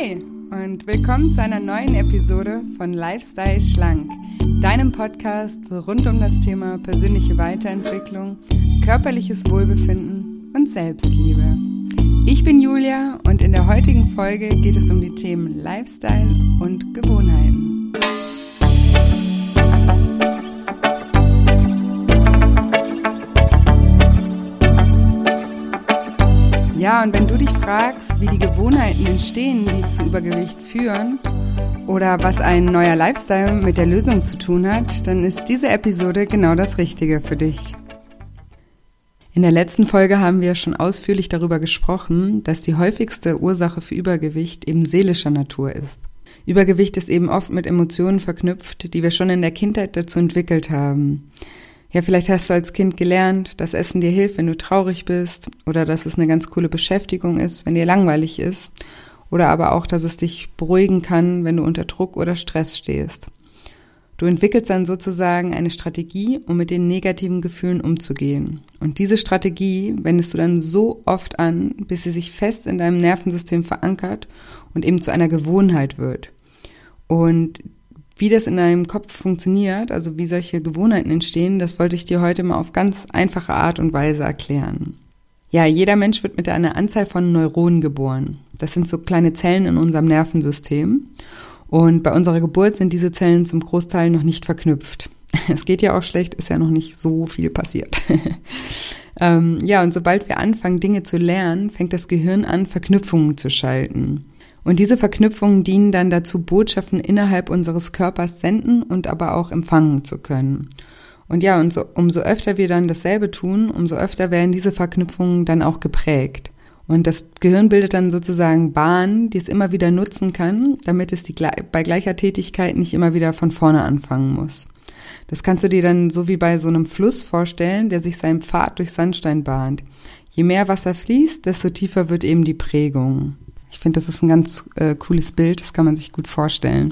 Hi und willkommen zu einer neuen Episode von Lifestyle Schlank, deinem Podcast rund um das Thema persönliche Weiterentwicklung, körperliches Wohlbefinden und Selbstliebe. Ich bin Julia und in der heutigen Folge geht es um die Themen Lifestyle und Gewohnheiten. Ja, und wenn du dich fragst, wie die Gewohnheiten entstehen, die zu Übergewicht führen, oder was ein neuer Lifestyle mit der Lösung zu tun hat, dann ist diese Episode genau das Richtige für dich. In der letzten Folge haben wir schon ausführlich darüber gesprochen, dass die häufigste Ursache für Übergewicht eben seelischer Natur ist. Übergewicht ist eben oft mit Emotionen verknüpft, die wir schon in der Kindheit dazu entwickelt haben. Ja, vielleicht hast du als Kind gelernt, dass Essen dir hilft, wenn du traurig bist, oder dass es eine ganz coole Beschäftigung ist, wenn dir langweilig ist, oder aber auch, dass es dich beruhigen kann, wenn du unter Druck oder Stress stehst. Du entwickelst dann sozusagen eine Strategie, um mit den negativen Gefühlen umzugehen. Und diese Strategie wendest du dann so oft an, bis sie sich fest in deinem Nervensystem verankert und eben zu einer Gewohnheit wird. Und wie das in deinem Kopf funktioniert, also wie solche Gewohnheiten entstehen, das wollte ich dir heute mal auf ganz einfache Art und Weise erklären. Ja, jeder Mensch wird mit einer Anzahl von Neuronen geboren. Das sind so kleine Zellen in unserem Nervensystem. Und bei unserer Geburt sind diese Zellen zum Großteil noch nicht verknüpft. Es geht ja auch schlecht, ist ja noch nicht so viel passiert. Ja, und sobald wir anfangen, Dinge zu lernen, fängt das Gehirn an, Verknüpfungen zu schalten. Und diese Verknüpfungen dienen dann dazu, Botschaften innerhalb unseres Körpers senden und aber auch empfangen zu können. Und ja, und umso öfter wir dann dasselbe tun, umso öfter werden diese Verknüpfungen dann auch geprägt. Und das Gehirn bildet dann sozusagen Bahnen, die es immer wieder nutzen kann, damit es bei gleicher Tätigkeit nicht immer wieder von vorne anfangen muss. Das kannst du dir dann so wie bei so einem Fluss vorstellen, der sich seinen Pfad durch Sandstein bahnt. Je mehr Wasser fließt, desto tiefer wird eben die Prägung. Ich finde, das ist ein ganz cooles Bild, das kann man sich gut vorstellen.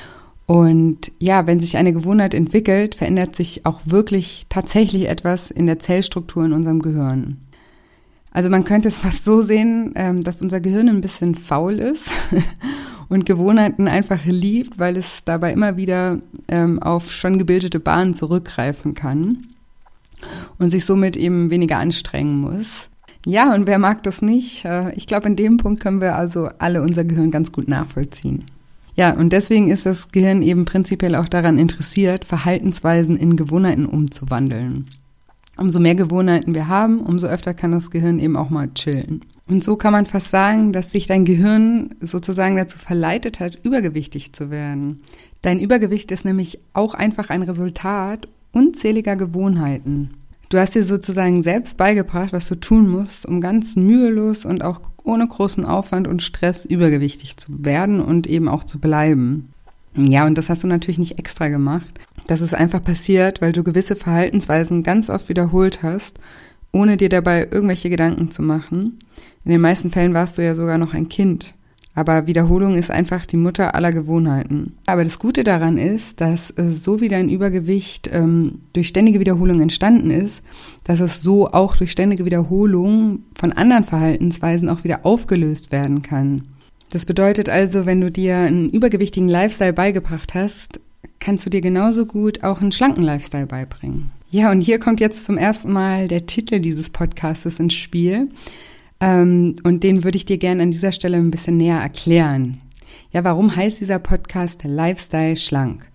Und ja, wenn sich eine Gewohnheit entwickelt, verändert sich auch wirklich tatsächlich etwas in der Zellstruktur in unserem Gehirn. Also man könnte es fast so sehen, dass unser Gehirn ein bisschen faul ist und Gewohnheiten einfach liebt, weil es dabei immer wieder auf schon gebildete Bahnen zurückgreifen kann und sich somit eben weniger anstrengen muss. Ja, und wer mag das nicht? Ich glaube, in dem Punkt können wir also alle unser Gehirn ganz gut nachvollziehen. Ja, und deswegen ist das Gehirn eben prinzipiell auch daran interessiert, Verhaltensweisen in Gewohnheiten umzuwandeln. Umso mehr Gewohnheiten wir haben, umso öfter kann das Gehirn eben auch mal chillen. Und so kann man fast sagen, dass sich dein Gehirn sozusagen dazu verleitet hat, übergewichtig zu werden. Dein Übergewicht ist nämlich auch einfach ein Resultat unzähliger Gewohnheiten. Du hast dir sozusagen selbst beigebracht, was du tun musst, um ganz mühelos und auch ohne großen Aufwand und Stress übergewichtig zu werden und eben auch zu bleiben. Ja, und das hast du natürlich nicht extra gemacht. Das ist einfach passiert, weil du gewisse Verhaltensweisen ganz oft wiederholt hast, ohne dir dabei irgendwelche Gedanken zu machen. In den meisten Fällen warst du ja sogar noch ein Kind. Aber Wiederholung ist einfach die Mutter aller Gewohnheiten. Aber das Gute daran ist, dass so wie dein Übergewicht durch ständige Wiederholung entstanden ist, dass es so auch durch ständige Wiederholung von anderen Verhaltensweisen auch wieder aufgelöst werden kann. Das bedeutet also, wenn du dir einen übergewichtigen Lifestyle beigebracht hast, kannst du dir genauso gut auch einen schlanken Lifestyle beibringen. Ja, und hier kommt jetzt zum ersten Mal der Titel dieses Podcastes ins Spiel. Und den würde ich dir gerne an dieser Stelle ein bisschen näher erklären. Ja, warum heißt dieser Podcast Lifestyle Schlank?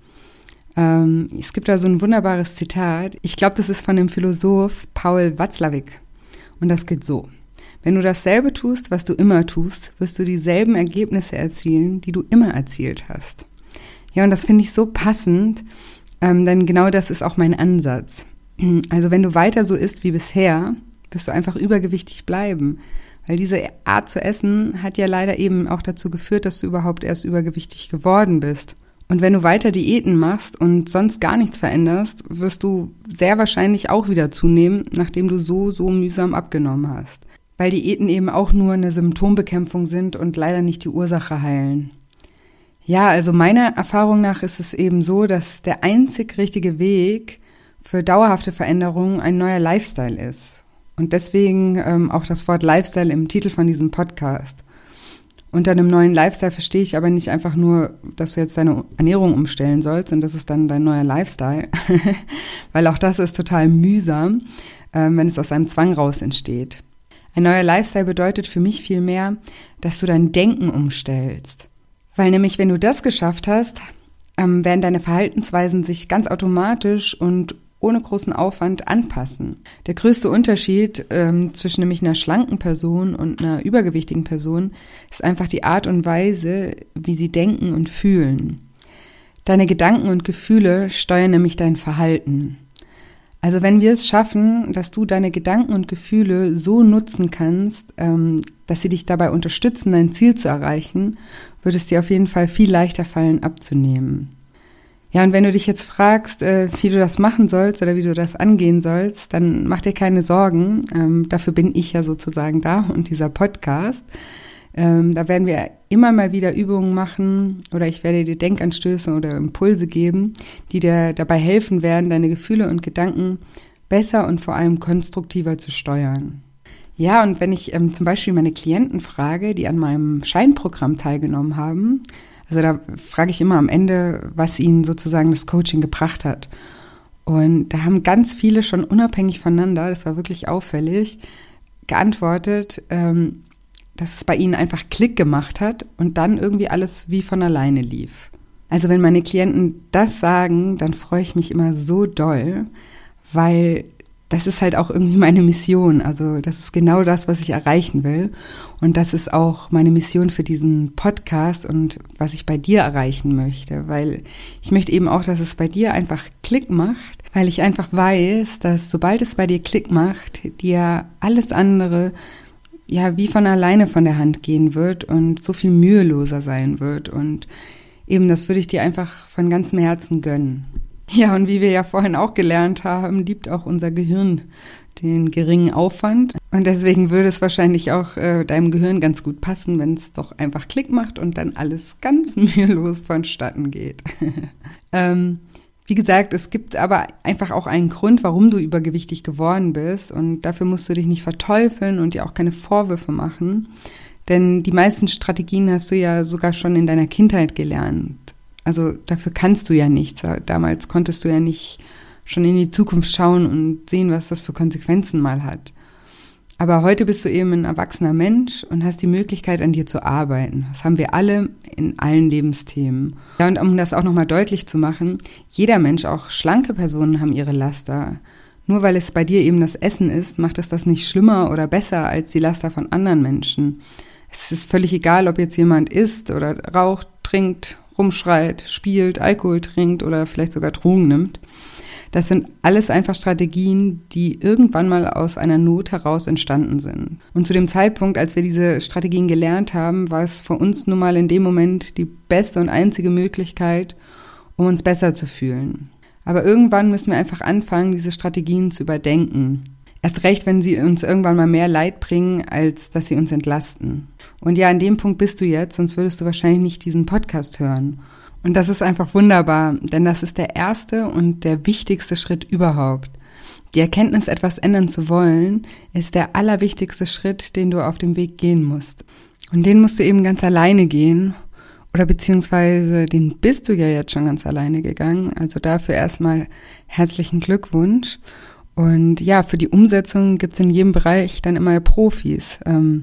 Es gibt da so ein wunderbares Zitat. Ich glaube, das ist von dem Philosoph Paul Watzlawick. Und das geht so. Wenn du dasselbe tust, was du immer tust, wirst du dieselben Ergebnisse erzielen, die du immer erzielt hast. Ja, und das finde ich so passend, denn genau das ist auch mein Ansatz. Also wenn du weiter so isst wie bisher, wirst du einfach übergewichtig bleiben. Weil diese Art zu essen hat ja leider eben auch dazu geführt, dass du überhaupt erst übergewichtig geworden bist. Und wenn du weiter Diäten machst und sonst gar nichts veränderst, wirst du sehr wahrscheinlich auch wieder zunehmen, nachdem du so mühsam abgenommen hast. Weil Diäten eben auch nur eine Symptombekämpfung sind und leider nicht die Ursache heilen. Ja, also meiner Erfahrung nach ist es eben so, dass der einzig richtige Weg für dauerhafte Veränderungen ein neuer Lifestyle ist. Und deswegen auch das Wort Lifestyle im Titel von diesem Podcast. Unter einem neuen Lifestyle verstehe ich aber nicht einfach nur, dass du jetzt deine Ernährung umstellen sollst und das ist dann dein neuer Lifestyle, weil auch das ist total mühsam, wenn es aus einem Zwang raus entsteht. Ein neuer Lifestyle bedeutet für mich vielmehr, dass du dein Denken umstellst. Weil nämlich, wenn du das geschafft hast, werden deine Verhaltensweisen sich ganz automatisch und ohne großen Aufwand anpassen. Der größte Unterschied zwischen nämlich einer schlanken Person und einer übergewichtigen Person ist einfach die Art und Weise, wie sie denken und fühlen. Deine Gedanken und Gefühle steuern nämlich dein Verhalten. Also wenn wir es schaffen, dass du deine Gedanken und Gefühle so nutzen kannst, dass sie dich dabei unterstützen, dein Ziel zu erreichen, wird es dir auf jeden Fall viel leichter fallen, abzunehmen. Ja, und wenn du dich jetzt fragst, wie du das machen sollst oder wie du das angehen sollst, dann mach dir keine Sorgen. Dafür bin ich ja sozusagen da und dieser Podcast. Da werden wir immer mal wieder Übungen machen oder ich werde dir Denkanstöße oder Impulse geben, die dir dabei helfen werden, deine Gefühle und Gedanken besser und vor allem konstruktiver zu steuern. Ja, und wenn ich zum Beispiel meine Klienten frage, die an meinem Scheinprogramm teilgenommen haben, also da frage ich immer am Ende, was ihnen sozusagen das Coaching gebracht hat. Und da haben ganz viele schon unabhängig voneinander, das war wirklich auffällig, geantwortet, dass es bei ihnen einfach Klick gemacht hat und dann irgendwie alles wie von alleine lief. Also wenn meine Klienten das sagen, dann freue ich mich immer so doll, weil das ist halt auch irgendwie meine Mission. Also das ist genau das, was ich erreichen will. Und das ist auch meine Mission für diesen Podcast und was ich bei dir erreichen möchte. Weil ich möchte eben auch, dass es bei dir einfach Klick macht, weil ich einfach weiß, dass sobald es bei dir Klick macht, dir alles andere ja wie von alleine von der Hand gehen wird und so viel müheloser sein wird. Und eben das würde ich dir einfach von ganzem Herzen gönnen. Ja, und wie wir ja vorhin auch gelernt haben, liebt auch unser Gehirn den geringen Aufwand. Und deswegen würde es wahrscheinlich auch deinem Gehirn ganz gut passen, wenn es doch einfach Klick macht und dann alles ganz mühelos vonstatten geht. Wie gesagt, es gibt aber einfach auch einen Grund, warum du übergewichtig geworden bist. Und dafür musst du dich nicht verteufeln und dir auch keine Vorwürfe machen. Denn die meisten Strategien hast du ja sogar schon in deiner Kindheit gelernt. Also dafür kannst du ja nichts. Damals konntest du ja nicht schon in die Zukunft schauen und sehen, was das für Konsequenzen mal hat. Aber heute bist du eben ein erwachsener Mensch und hast die Möglichkeit, an dir zu arbeiten. Das haben wir alle in allen Lebensthemen. Ja, und um das auch nochmal deutlich zu machen, jeder Mensch, auch schlanke Personen, haben ihre Laster. Nur weil es bei dir eben das Essen ist, macht es das nicht schlimmer oder besser als die Laster von anderen Menschen. Es ist völlig egal, ob jetzt jemand isst oder raucht, trinkt, rumschreit, spielt, Alkohol trinkt oder vielleicht sogar Drogen nimmt. Das sind alles einfach Strategien, die irgendwann mal aus einer Not heraus entstanden sind. Und zu dem Zeitpunkt, als wir diese Strategien gelernt haben, war es für uns nun mal in dem Moment die beste und einzige Möglichkeit, um uns besser zu fühlen. Aber irgendwann müssen wir einfach anfangen, diese Strategien zu überdenken. Erst recht, wenn sie uns irgendwann mal mehr Leid bringen, als dass sie uns entlasten. Und ja, an dem Punkt bist du jetzt, sonst würdest du wahrscheinlich nicht diesen Podcast hören. Und das ist einfach wunderbar, denn das ist der erste und der wichtigste Schritt überhaupt. Die Erkenntnis, etwas ändern zu wollen, ist der allerwichtigste Schritt, den du auf dem Weg gehen musst. Und den musst du eben ganz alleine gehen. Oder beziehungsweise den bist du ja jetzt schon ganz alleine gegangen. Also dafür erstmal herzlichen Glückwunsch. Und ja, für die Umsetzung gibt's in jedem Bereich dann immer Profis.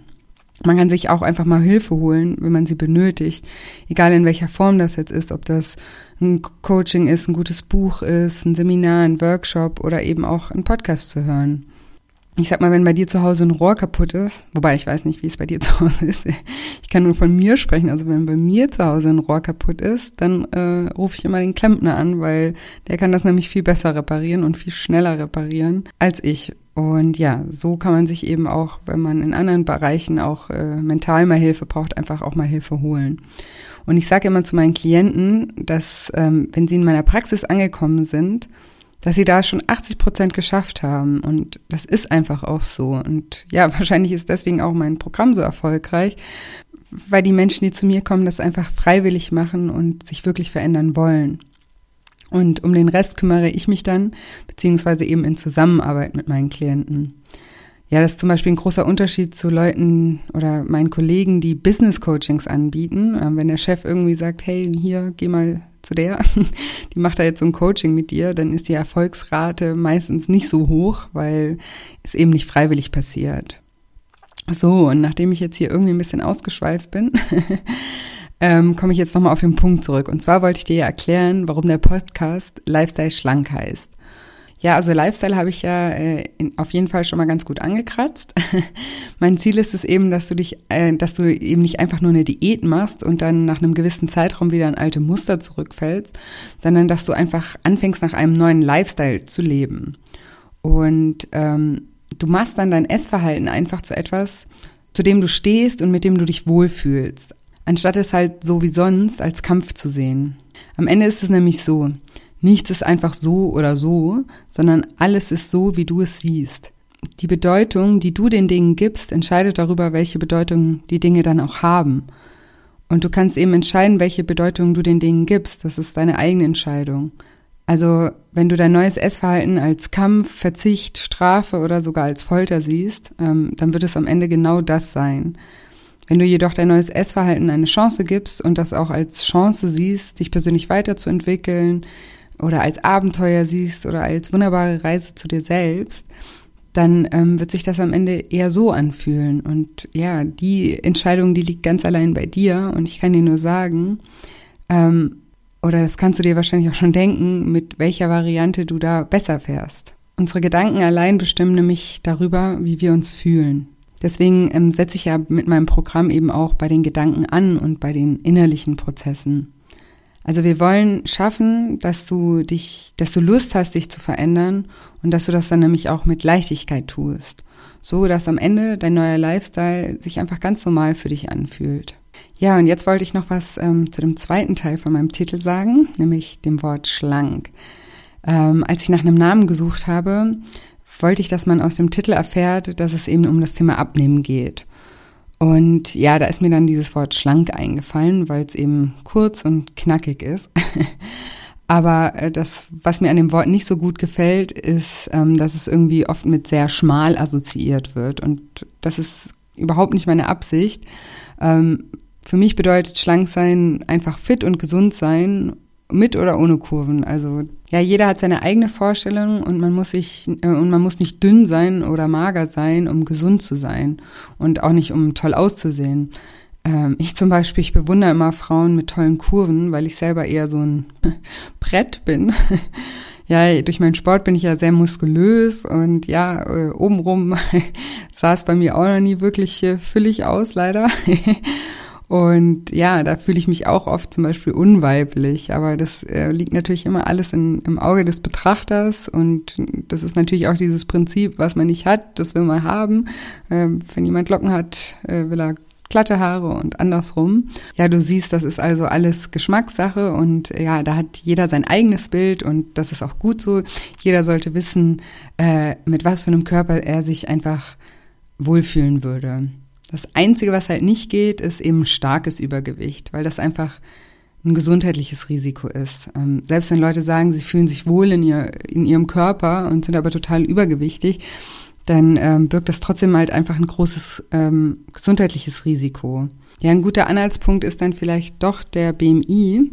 Man kann sich auch einfach mal Hilfe holen, wenn man sie benötigt. Egal in welcher Form das jetzt ist, ob das ein Coaching ist, ein gutes Buch ist, ein Seminar, ein Workshop oder eben auch ein Podcast zu hören. Ich sag mal, wenn bei dir zu Hause ein Rohr kaputt ist, wobei ich weiß nicht, wie es bei dir zu Hause ist, ich kann nur von mir sprechen, also wenn bei mir zu Hause ein Rohr kaputt ist, dann rufe ich immer den Klempner an, weil der kann das nämlich viel besser reparieren und viel schneller reparieren als ich. Und ja, so kann man sich eben auch, wenn man in anderen Bereichen auch mental mal Hilfe braucht, einfach auch mal Hilfe holen. Und ich sage immer zu meinen Klienten, dass wenn sie in meiner Praxis angekommen sind, dass sie da schon 80% geschafft haben. Und das ist einfach auch so. Und ja, wahrscheinlich ist deswegen auch mein Programm so erfolgreich, weil die Menschen, die zu mir kommen, das einfach freiwillig machen und sich wirklich verändern wollen. Und um den Rest kümmere ich mich dann, beziehungsweise eben in Zusammenarbeit mit meinen Klienten. Ja, das ist zum Beispiel ein großer Unterschied zu Leuten oder meinen Kollegen, die Business-Coachings anbieten. Wenn der Chef irgendwie sagt, hey, hier, geh mal zu der, die macht da jetzt so ein Coaching mit dir, dann ist die Erfolgsrate meistens nicht so hoch, weil es eben nicht freiwillig passiert. So, und nachdem ich jetzt hier irgendwie ein bisschen ausgeschweift bin, komme ich jetzt nochmal auf den Punkt zurück. Und zwar wollte ich dir ja erklären, warum der Podcast Lifestyle schlank heißt. Ja, also Lifestyle habe ich ja auf jeden Fall schon mal ganz gut angekratzt. Mein Ziel ist es eben, dass du eben nicht einfach nur eine Diät machst und dann nach einem gewissen Zeitraum wieder in alte Muster zurückfällst, sondern dass du einfach anfängst, nach einem neuen Lifestyle zu leben. Und du machst dann dein Essverhalten einfach zu etwas, zu dem du stehst und mit dem du dich wohlfühlst, anstatt es halt so wie sonst als Kampf zu sehen. Am Ende ist es nämlich so: Nichts ist einfach so oder so, sondern alles ist so, wie du es siehst. Die Bedeutung, die du den Dingen gibst, entscheidet darüber, welche Bedeutung die Dinge dann auch haben. Und du kannst eben entscheiden, welche Bedeutung du den Dingen gibst. Das ist deine eigene Entscheidung. Also, wenn du dein neues Essverhalten als Kampf, Verzicht, Strafe oder sogar als Folter siehst, dann wird es am Ende genau das sein. Wenn du jedoch dein neues Essverhalten eine Chance gibst und das auch als Chance siehst, dich persönlich weiterzuentwickeln, oder als Abenteuer siehst oder als wunderbare Reise zu dir selbst, dann wird sich das am Ende eher so anfühlen. Und ja, die Entscheidung, die liegt ganz allein bei dir. Und ich kann dir nur sagen, oder das kannst du dir wahrscheinlich auch schon denken, mit welcher Variante du da besser fährst. Unsere Gedanken allein bestimmen nämlich darüber, wie wir uns fühlen. Deswegen setze ich ja mit meinem Programm eben auch bei den Gedanken an und bei den innerlichen Prozessen. Also wir wollen schaffen, dass du Lust hast, dich zu verändern und dass du das dann nämlich auch mit Leichtigkeit tust. So, dass am Ende dein neuer Lifestyle sich einfach ganz normal für dich anfühlt. Ja, und jetzt wollte ich noch was zu dem zweiten Teil von meinem Titel sagen, nämlich dem Wort schlank. Als ich nach einem Namen gesucht habe, wollte ich, dass man aus dem Titel erfährt, dass es eben um das Thema Abnehmen geht. Und ja, da ist mir dann dieses Wort schlank eingefallen, weil es eben kurz und knackig ist. Aber das, was mir an dem Wort nicht so gut gefällt, ist, dass es irgendwie oft mit sehr schmal assoziiert wird. Und das ist überhaupt nicht meine Absicht. Für mich bedeutet schlank sein einfach fit und gesund sein, mit oder ohne Kurven. Also ja, jeder hat seine eigene Vorstellung und man muss nicht dünn sein oder mager sein, um gesund zu sein und auch nicht, um toll auszusehen. Ich zum Beispiel, ich bewundere immer Frauen mit tollen Kurven, weil ich selber eher so ein Brett bin. Ja, durch meinen Sport bin ich ja sehr muskulös und ja, obenrum sah es bei mir auch noch nie wirklich füllig aus, leider. Und ja, da fühle ich mich auch oft zum Beispiel unweiblich, aber das liegt natürlich immer alles im Auge des Betrachters und das ist natürlich auch dieses Prinzip, was man nicht hat, das will man haben. Wenn jemand Locken hat, will er glatte Haare und andersrum. Ja, du siehst, das ist also alles Geschmackssache und ja, da hat jeder sein eigenes Bild und das ist auch gut so. Jeder sollte wissen, mit was für einem Körper er sich einfach wohlfühlen würde. Das Einzige, was halt nicht geht, ist eben starkes Übergewicht, weil das einfach ein gesundheitliches Risiko ist. Selbst wenn Leute sagen, sie fühlen sich wohl in ihrem Körper und sind aber total übergewichtig, dann birgt das trotzdem halt einfach ein großes gesundheitliches Risiko. Ja, ein guter Anhaltspunkt ist dann vielleicht doch der BMI.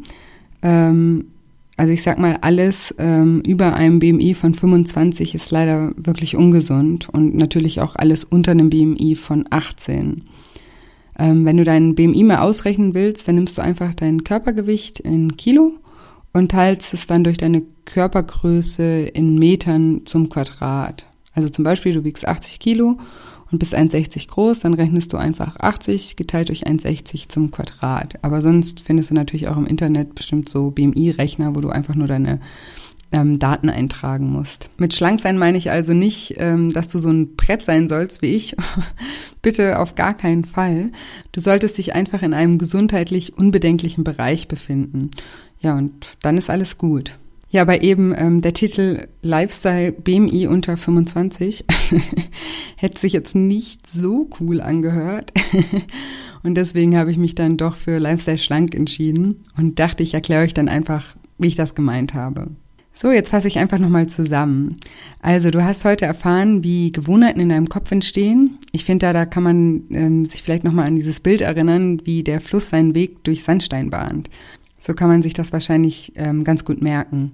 Also ich sag mal, alles über einem BMI von 25 ist leider wirklich ungesund und natürlich auch alles unter einem BMI von 18. Wenn du deinen BMI mal ausrechnen willst, dann nimmst du einfach dein Körpergewicht in Kilo und teilst es dann durch deine Körpergröße in Metern zum Quadrat. Also zum Beispiel, du wiegst 80 Kilo und bist 1,60 groß, dann rechnest du einfach 80 geteilt durch 1,60 zum Quadrat. Aber sonst findest du natürlich auch im Internet bestimmt so BMI-Rechner, wo du einfach nur deine Daten eintragen musst. Mit schlank sein meine ich also nicht, dass du so ein Brett sein sollst wie ich. Bitte auf gar keinen Fall. Du solltest dich einfach in einem gesundheitlich unbedenklichen Bereich befinden. Ja, und dann ist alles gut. Ja, aber eben der Titel Lifestyle BMI unter 25 hätte sich jetzt nicht so cool angehört. Und deswegen habe ich mich dann doch für Lifestyle schlank entschieden und dachte, ich erkläre euch dann einfach, wie ich das gemeint habe. So, jetzt fasse ich einfach nochmal zusammen. Also du hast heute erfahren, wie Gewohnheiten in deinem Kopf entstehen. Ich finde, da kann man sich vielleicht nochmal an dieses Bild erinnern, wie der Fluss seinen Weg durch Sandstein bahnt. So kann man sich das wahrscheinlich ganz gut merken.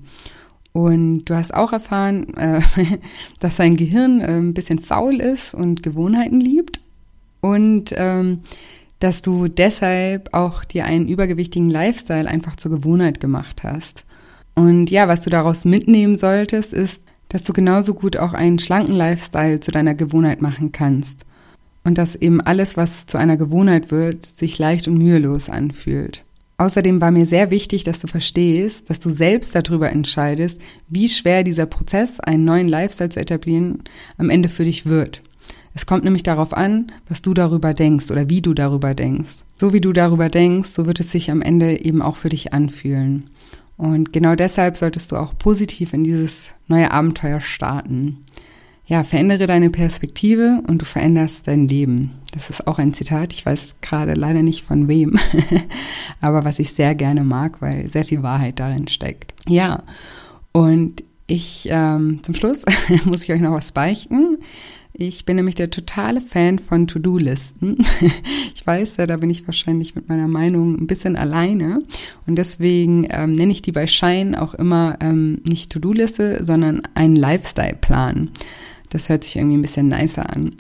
Und du hast auch erfahren, dass dein Gehirn ein bisschen faul ist und Gewohnheiten liebt. Und dass du deshalb auch dir einen übergewichtigen Lifestyle einfach zur Gewohnheit gemacht hast. Und ja, was du daraus mitnehmen solltest, ist, dass du genauso gut auch einen schlanken Lifestyle zu deiner Gewohnheit machen kannst. Und dass eben alles, was zu einer Gewohnheit wird, sich leicht und mühelos anfühlt. Außerdem war mir sehr wichtig, dass du verstehst, dass du selbst darüber entscheidest, wie schwer dieser Prozess, einen neuen Lifestyle zu etablieren, am Ende für dich wird. Es kommt nämlich darauf an, was du darüber denkst oder wie du darüber denkst. So wie du darüber denkst, so wird es sich am Ende eben auch für dich anfühlen. Und genau deshalb solltest du auch positiv in dieses neue Abenteuer starten. Ja, verändere deine Perspektive und du veränderst dein Leben. Das ist auch ein Zitat, ich weiß gerade leider nicht von wem, aber was ich sehr gerne mag, weil sehr viel Wahrheit darin steckt. Ja, und ich zum Schluss muss ich euch noch was beichten. Ich bin nämlich der totale Fan von To-Do-Listen. Ich weiß, da bin ich wahrscheinlich mit meiner Meinung ein bisschen alleine. Und deswegen nenne ich die bei Shine auch immer nicht To-Do-Liste, sondern einen Lifestyle-Plan. Das hört sich irgendwie ein bisschen nicer an.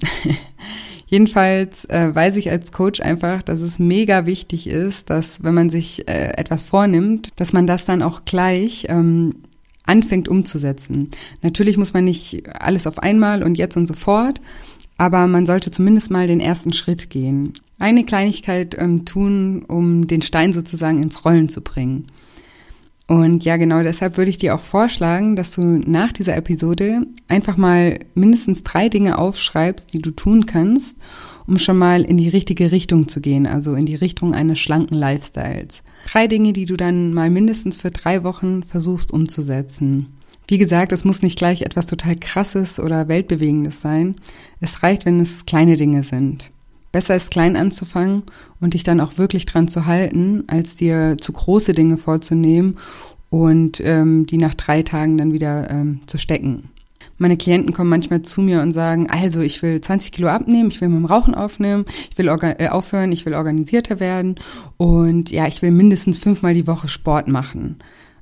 Jedenfalls weiß ich als Coach einfach, dass es mega wichtig ist, dass wenn man sich etwas vornimmt, dass man das dann auch gleich anfängt umzusetzen. Natürlich muss man nicht alles auf einmal und jetzt und sofort, aber man sollte zumindest mal den ersten Schritt gehen. Eine Kleinigkeit tun, um den Stein sozusagen ins Rollen zu bringen. Und ja, genau deshalb würde ich dir auch vorschlagen, dass du nach dieser Episode einfach mal mindestens 3 Dinge aufschreibst, die du tun kannst, um schon mal in die richtige Richtung zu gehen, also in die Richtung eines schlanken Lifestyles. 3 Dinge, die du dann mal mindestens für 3 Wochen versuchst umzusetzen. Wie gesagt, es muss nicht gleich etwas total Krasses oder Weltbewegendes sein. Es reicht, wenn es kleine Dinge sind. Besser ist klein anzufangen und dich dann auch wirklich dran zu halten, als dir zu große Dinge vorzunehmen und die nach 3 Tagen dann wieder zu stecken. Meine Klienten kommen manchmal zu mir und sagen, also ich will 20 Kilo abnehmen, ich will mit dem Rauchen aufhören, ich will aufhören, ich will organisierter werden und ja, ich will mindestens 5-mal die Woche Sport machen.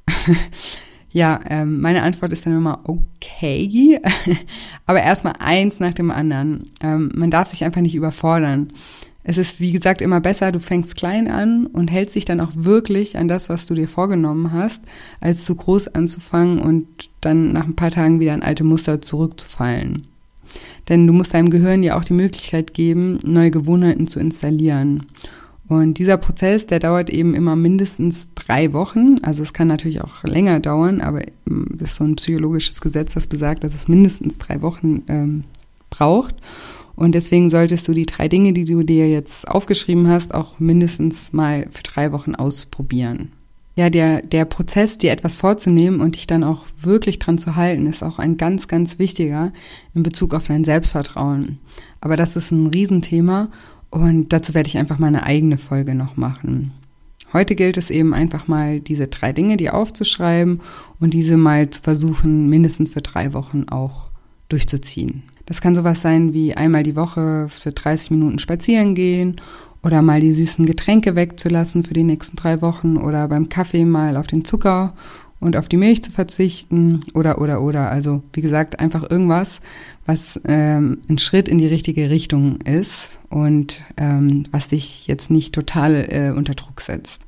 Ja, meine Antwort ist dann immer okay, aber erstmal eins nach dem anderen. Man darf sich einfach nicht überfordern. Es ist, wie gesagt, immer besser, du fängst klein an und hältst dich dann auch wirklich an das, was du dir vorgenommen hast, als zu groß anzufangen und dann nach ein paar Tagen wieder in alte Muster zurückzufallen. Denn du musst deinem Gehirn ja auch die Möglichkeit geben, neue Gewohnheiten zu installieren. Und dieser Prozess, der dauert eben immer mindestens 3 Wochen. Also es kann natürlich auch länger dauern, aber das ist so ein psychologisches Gesetz, das besagt, dass es mindestens 3 Wochen braucht. Und deswegen solltest du die 3 Dinge, die du dir jetzt aufgeschrieben hast, auch mindestens mal für 3 Wochen ausprobieren. Ja, der Prozess, dir etwas vorzunehmen und dich dann auch wirklich dran zu halten, ist auch ein ganz, ganz wichtiger in Bezug auf dein Selbstvertrauen. Aber das ist ein Riesenthema und dazu werde ich einfach mal eine eigene Folge noch machen. Heute gilt es eben einfach mal, diese 3 Dinge dir aufzuschreiben und diese mal zu versuchen, mindestens für 3 Wochen auch durchzuziehen. Das kann sowas sein wie einmal die Woche für 30 Minuten spazieren gehen oder mal die süßen Getränke wegzulassen für die nächsten 3 Wochen oder beim Kaffee mal auf den Zucker und auf die Milch zu verzichten oder. Also wie gesagt, einfach irgendwas, was ein Schritt in die richtige Richtung ist und was dich jetzt nicht total unter Druck setzt.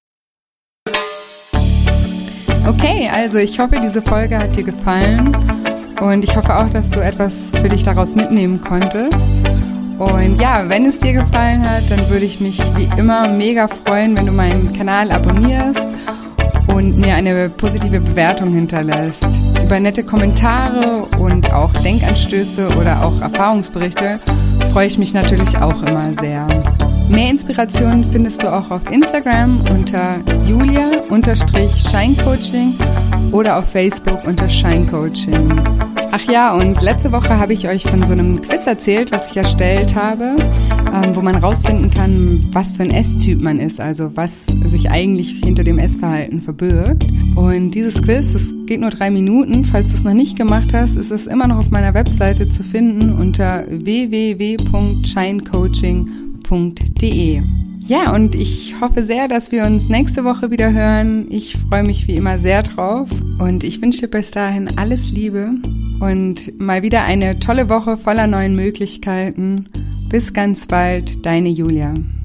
Okay, also ich hoffe, diese Folge hat dir gefallen. Und ich hoffe auch, dass du etwas für dich daraus mitnehmen konntest. Und ja, wenn es dir gefallen hat, dann würde ich mich wie immer mega freuen, wenn du meinen Kanal abonnierst und mir eine positive Bewertung hinterlässt. Über nette Kommentare und auch Denkanstöße oder auch Erfahrungsberichte freue ich mich natürlich auch immer sehr. Mehr Inspirationen findest du auch auf Instagram unter Julia_Shinecoaching oder auf Facebook unter Shinecoaching. Ach ja, und letzte Woche habe ich euch von so einem Quiz erzählt, was ich erstellt habe, wo man rausfinden kann, was für ein Esstyp man ist, also was sich eigentlich hinter dem Essverhalten verbirgt. Und dieses Quiz, das geht nur 3 Minuten. Falls du es noch nicht gemacht hast, ist es immer noch auf meiner Webseite zu finden unter www.shinecoaching.de. Ja, und ich hoffe sehr, dass wir uns nächste Woche wieder hören. Ich freue mich wie immer sehr drauf und ich wünsche dir bis dahin alles Liebe und mal wieder eine tolle Woche voller neuen Möglichkeiten. Bis ganz bald, deine Julia.